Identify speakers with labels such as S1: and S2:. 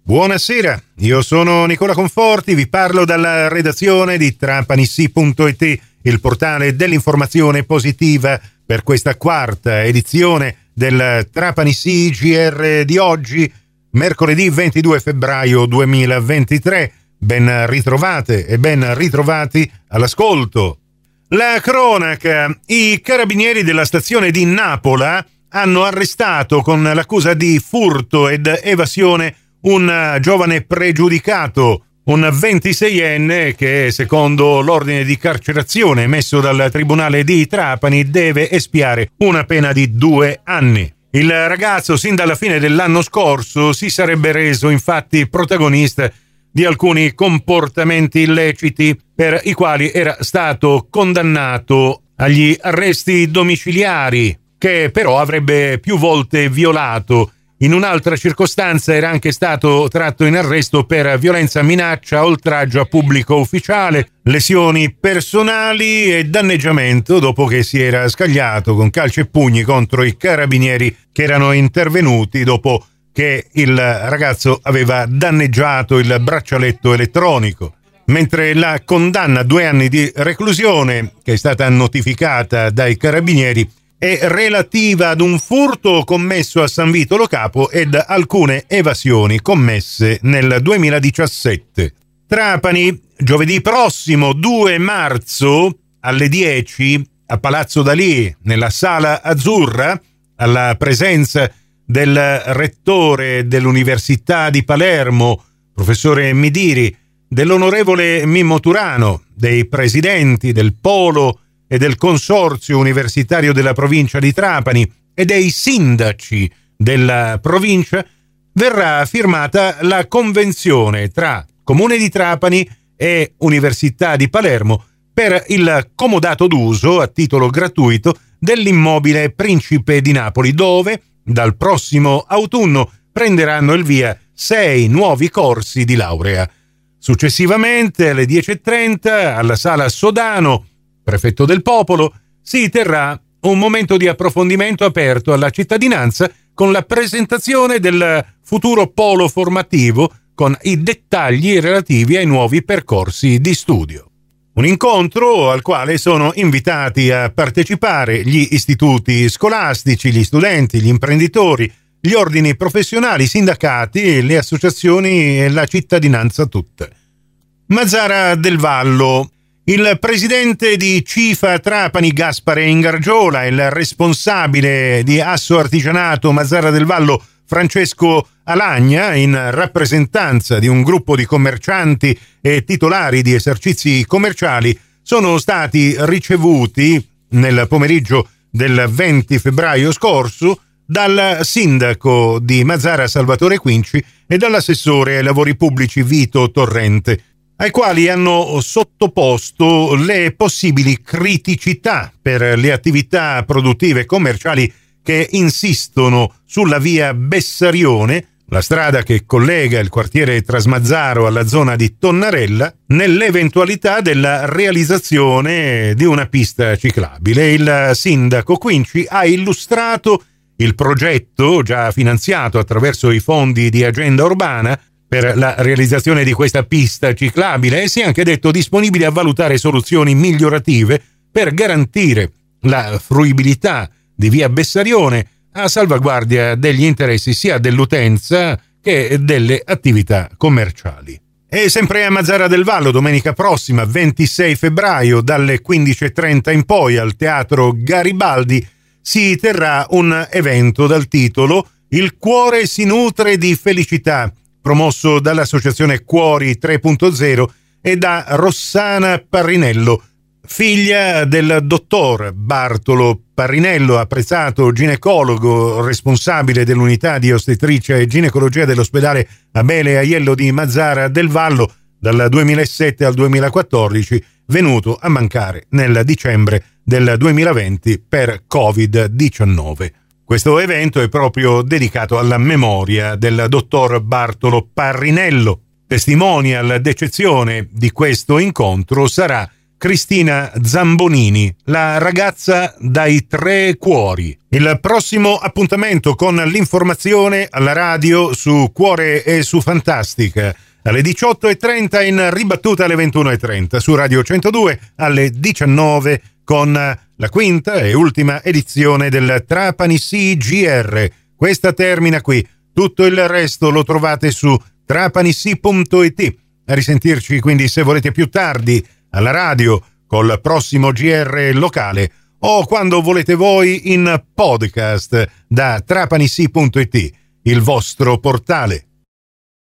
S1: Buonasera, io sono Nicola Conforti, vi parlo dalla redazione di Trapanissi.it, il portale dell'informazione positiva, per questa quarta edizione del Trapanissi GR di oggi, mercoledì 22 febbraio 2023. Ben ritrovate e ben ritrovati all'ascolto. La cronaca: i carabinieri della stazione di Napola hanno arrestato con l'accusa di furto ed evasione un giovane pregiudicato, un 26enne che, secondo l'ordine di carcerazione emesso dal Tribunale di Trapani, deve espiare una pena di 2 anni. Il ragazzo, sin dalla fine dell'anno scorso, si sarebbe reso infatti protagonista di alcuni comportamenti illeciti per i quali era stato condannato agli arresti domiciliari, che però avrebbe più volte violato. In un'altra circostanza era anche stato tratto in arresto per violenza, minaccia, oltraggio a pubblico ufficiale, lesioni personali e danneggiamento, dopo che si era scagliato con calci e pugni contro i carabinieri che erano intervenuti dopo che il ragazzo aveva danneggiato il braccialetto elettronico. Mentre la condanna a 2 anni di reclusione, che è stata notificata dai carabinieri, è relativa ad un furto commesso a San Vito Lo Capo ed alcune evasioni commesse nel 2017. Trapani, giovedì prossimo 2 marzo alle 10 a Palazzo Dalì, nella Sala Azzurra, alla presenza del rettore dell'Università di Palermo, professore Midiri, dell'onorevole Mimmo Turano, dei presidenti del Polo e del Consorzio Universitario della Provincia di Trapani e dei sindaci della provincia, verrà firmata la convenzione tra Comune di Trapani e Università di Palermo per il comodato d'uso a titolo gratuito dell'immobile Principe di Napoli, dove dal prossimo autunno prenderanno il via 6 nuovi corsi di laurea. Successivamente, alle 10:30, alla Sala Sodano, prefetto del Popolo, si terrà un momento di approfondimento aperto alla cittadinanza con la presentazione del futuro polo formativo con i dettagli relativi ai nuovi percorsi di studio. Un incontro al quale sono invitati a partecipare gli istituti scolastici, gli studenti, gli imprenditori, gli ordini professionali, i sindacati, le associazioni e la cittadinanza tutta. Mazzara del Vallo. Il presidente di CIFA Trapani, Gaspare Ingargiola, il responsabile di Asso Artigianato Mazzara del Vallo, Francesco Alagna, in rappresentanza di un gruppo di commercianti e titolari di esercizi commerciali, sono stati ricevuti nel pomeriggio del 20 febbraio scorso dal sindaco di Mazzara Salvatore Quinci e dall'assessore ai lavori pubblici Vito Torrente, ai quali hanno sottoposto le possibili criticità per le attività produttive e commerciali che insistono sulla via Bessarione, la strada che collega il quartiere Trasmazzaro alla zona di Tonnarella, nell'eventualità della realizzazione di una pista ciclabile. Il sindaco Quinci ha illustrato il progetto, già finanziato attraverso i fondi di Agenda Urbana, per la realizzazione di questa pista ciclabile, e si è anche detto disponibile a valutare soluzioni migliorative per garantire la fruibilità di via Bessarione a salvaguardia degli interessi sia dell'utenza che delle attività commerciali. E sempre a Mazzara del Vallo, domenica prossima, 26 febbraio, dalle 15:30 in poi, al Teatro Garibaldi, si terrà un evento dal titolo Il cuore si nutre di felicità, promosso dall'associazione Cuori 3.0 e da Rossana Parrinello, figlia del dottor Bartolo Parrinello, apprezzato ginecologo, responsabile dell'unità di ostetricia e ginecologia dell'ospedale Abele Aiello di Mazzara del Vallo dal 2007 al 2014, venuto a mancare nel dicembre del 2020 per Covid-19. Questo evento è proprio dedicato alla memoria del dottor Bartolo Parrinello. Testimonial d'eccezione di questo incontro sarà Cristina Zambonini, la ragazza dai 3 cuori. Il prossimo appuntamento con l'informazione alla radio su Cuore e su Fantastica, alle 18.30, in ribattuta alle 21.30 su Radio 102, alle 19 con la quinta e ultima edizione del Trapani CGR. Questa termina qui, tutto il resto lo trovate su trapanissi.it. A risentirci quindi, se volete, più tardi alla radio col prossimo GR locale, o quando volete voi in podcast da trapanissi.it, il vostro portale.